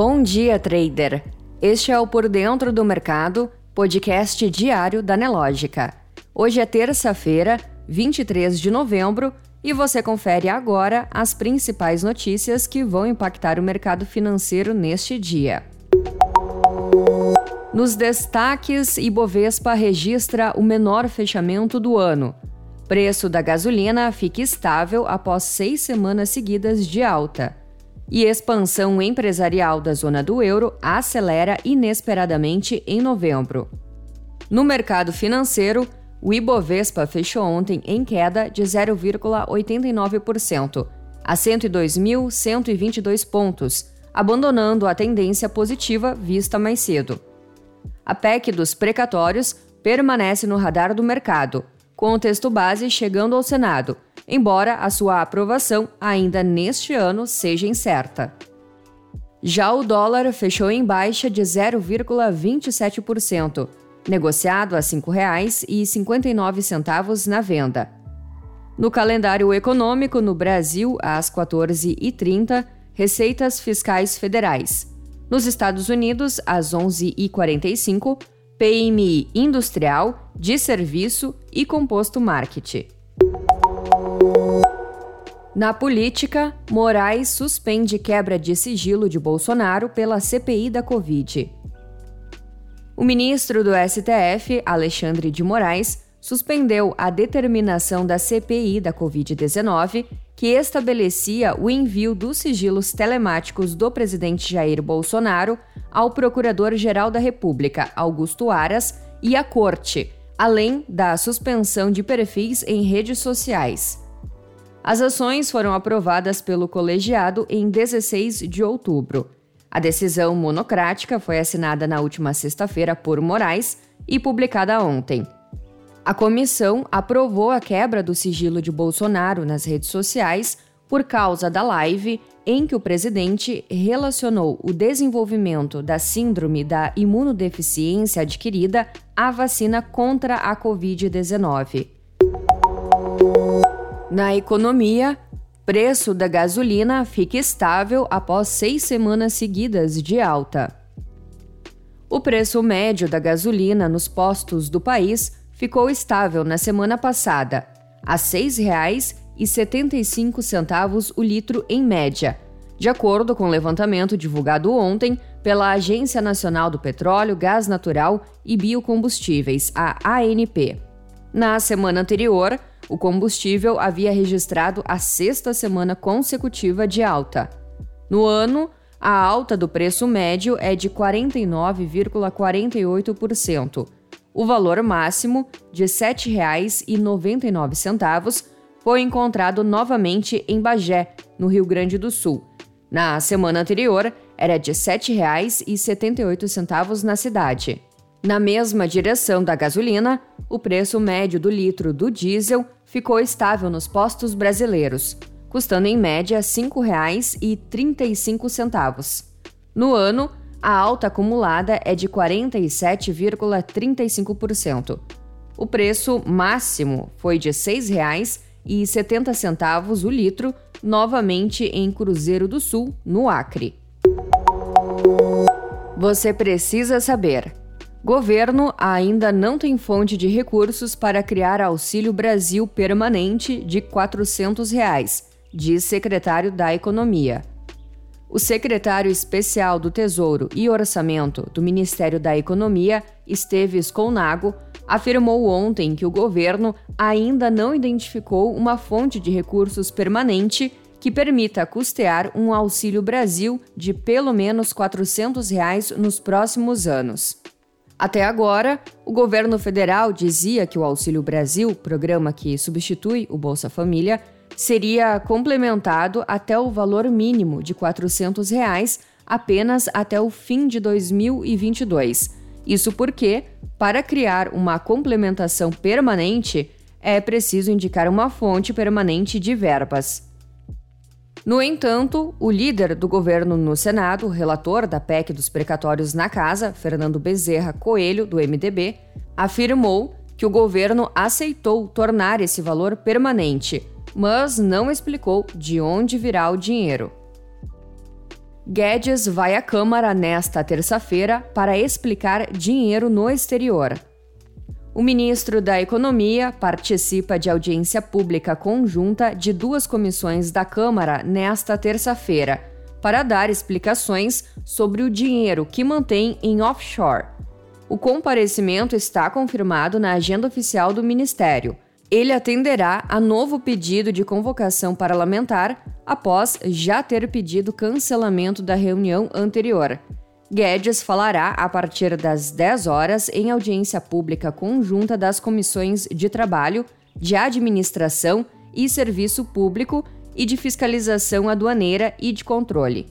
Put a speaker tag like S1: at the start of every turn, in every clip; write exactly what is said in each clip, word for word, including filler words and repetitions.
S1: Bom dia, trader! Este é o Por Dentro do Mercado, podcast diário da Nelógica. Hoje é terça-feira, vinte e três de novembro, e você confere agora as principais notícias que vão impactar o mercado financeiro neste dia. Nos destaques, Ibovespa registra o menor fechamento do ano. Preço da gasolina fica estável após seis semanas seguidas de alta. E expansão empresarial da zona do euro acelera inesperadamente em novembro. No mercado financeiro, o Ibovespa fechou ontem em queda de zero vírgula oitenta e nove por cento, a cento e dois mil cento e vinte e dois pontos, abandonando a tendência positiva vista mais cedo. A P E C dos precatórios permanece no radar do mercado, com o texto base chegando ao Senado, embora a sua aprovação ainda neste ano seja incerta. Já o dólar fechou em baixa de zero vírgula vinte e sete por cento, negociado a cinco reais e cinquenta e nove centavos na venda. No calendário econômico, no Brasil, às quatorze e trinta, receitas fiscais federais. Nos Estados Unidos, às onze e quarenta e cinco, P M I industrial, de serviço e composto market. Na política, Moraes suspende quebra de sigilo de Bolsonaro pela C P I da Covid. O ministro do S T F, Alexandre de Moraes, suspendeu a determinação da C P I da covid dezenove, que estabelecia o envio dos sigilos telemáticos do presidente Jair Bolsonaro ao Procurador-Geral da República, Augusto Aras, e à Corte, além da suspensão de perfis em redes sociais. As ações foram aprovadas pelo colegiado em dezesseis de outubro. A decisão monocrática foi assinada na última sexta-feira por Moraes e publicada ontem. A comissão aprovou a quebra do sigilo de Bolsonaro nas redes sociais por causa da live em que o presidente relacionou o desenvolvimento da síndrome da imunodeficiência adquirida à vacina contra a covid dezenove. Na economia, preço da gasolina fica estável após seis semanas seguidas de alta. O preço médio da gasolina nos postos do país ficou estável na semana passada, a seis reais e setenta e cinco centavos o litro em média, de acordo com o levantamento divulgado ontem pela Agência Nacional do Petróleo, Gás Natural e Biocombustíveis, a A N P. Na semana anterior, o combustível havia registrado a sexta semana consecutiva de alta. No ano, a alta do preço médio é de quarenta e nove vírgula quarenta e oito por cento. O valor máximo, de sete reais e noventa e nove centavos, foi encontrado novamente em Bagé, no Rio Grande do Sul. Na semana anterior, era de sete reais e setenta e oito centavos na cidade. Na mesma direção da gasolina, o preço médio do litro do diesel ficou estável nos postos brasileiros, custando em média cinco reais e trinta e cinco centavos. No ano, a alta acumulada é de quarenta e sete vírgula trinta e cinco por cento. O preço máximo foi de seis reais e setenta centavos o litro, novamente em Cruzeiro do Sul, no Acre. Você precisa saber. Governo ainda não tem fonte de recursos para criar Auxílio Brasil permanente de quatrocentos reais, diz secretário da Economia. O secretário especial do Tesouro e Orçamento do Ministério da Economia, Esteves Colnago, afirmou ontem que o governo ainda não identificou uma fonte de recursos permanente que permita custear um Auxílio Brasil de pelo menos quatrocentos reais nos próximos anos. Até agora, o governo federal dizia que o Auxílio Brasil, programa que substitui o Bolsa Família, seria complementado até o valor mínimo de quatrocentos reais apenas até o fim de dois mil e vinte e dois. Isso porque, para criar uma complementação permanente, é preciso indicar uma fonte permanente de verbas. No entanto, o líder do governo no Senado, relator da P E C dos precatórios na Casa, Fernando Bezerra Coelho, do M D B, afirmou que o governo aceitou tornar esse valor permanente, mas não explicou de onde virá o dinheiro. Guedes vai à Câmara nesta terça-feira para explicar dinheiro no exterior. O ministro da Economia participa de audiência pública conjunta de duas comissões da Câmara nesta terça-feira, para dar explicações sobre o dinheiro que mantém em offshore. O comparecimento está confirmado na agenda oficial do Ministério. Ele atenderá a novo pedido de convocação parlamentar após já ter pedido cancelamento da reunião anterior. Guedes falará a partir das dez horas em audiência pública conjunta das comissões de Trabalho, de Administração e Serviço Público e de Fiscalização Aduaneira e de Controle.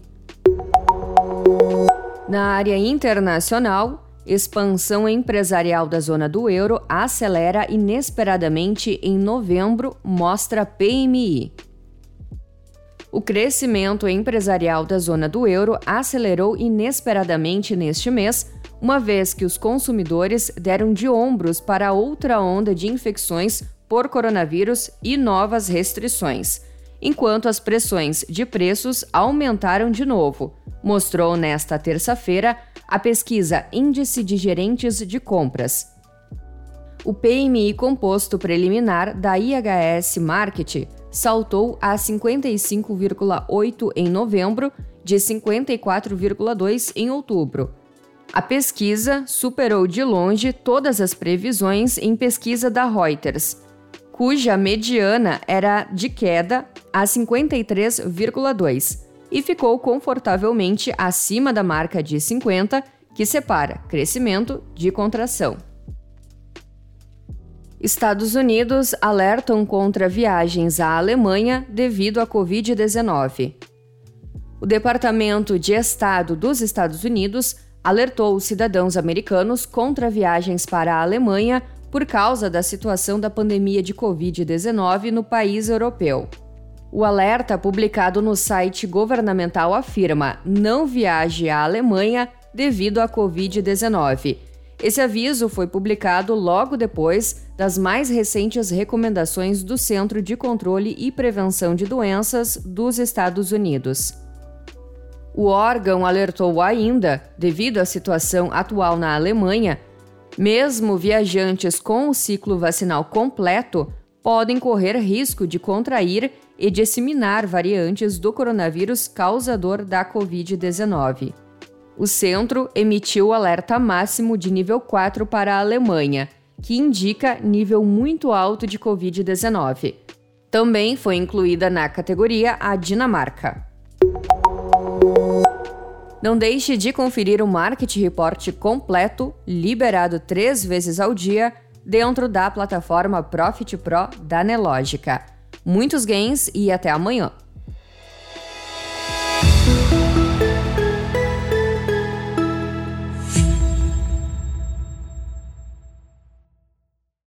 S1: Na área internacional, expansão empresarial da zona do euro acelera inesperadamente em novembro, mostra P M I. O crescimento empresarial da zona do euro acelerou inesperadamente neste mês, uma vez que os consumidores deram de ombros para outra onda de infecções por coronavírus e novas restrições, enquanto as pressões de preços aumentaram de novo, mostrou nesta terça-feira a pesquisa Índice de Gerentes de Compras. O P M I composto preliminar da I H S Markit saltou a cinquenta e cinco vírgula oito em novembro, de cinquenta e quatro vírgula dois em outubro. A pesquisa superou de longe todas as previsões em pesquisa da Reuters, cuja mediana era de queda a cinquenta e três vírgula dois e ficou confortavelmente acima da marca de cinquenta, que separa crescimento de contração. Estados Unidos alertam contra viagens à Alemanha devido à covid dezenove. O Departamento de Estado dos Estados Unidos alertou os cidadãos americanos contra viagens para a Alemanha por causa da situação da pandemia de covid dezenove no país europeu. O alerta publicado no site governamental afirma: não viaje à Alemanha devido à covid dezenove. Esse aviso foi publicado logo depois das mais recentes recomendações do Centro de Controle e Prevenção de Doenças dos Estados Unidos. O órgão alertou ainda, devido à situação atual na Alemanha, mesmo viajantes com o ciclo vacinal completo podem correr risco de contrair e disseminar variantes do coronavírus causador da covid dezenove. O centro emitiu o alerta máximo de nível quatro para a Alemanha, que indica nível muito alto de covid dezenove. Também foi incluída na categoria a Dinamarca. Não deixe de conferir o Market Report completo, liberado três vezes ao dia, dentro da plataforma Profit Pro da Nelogica. Muitos gains e até amanhã!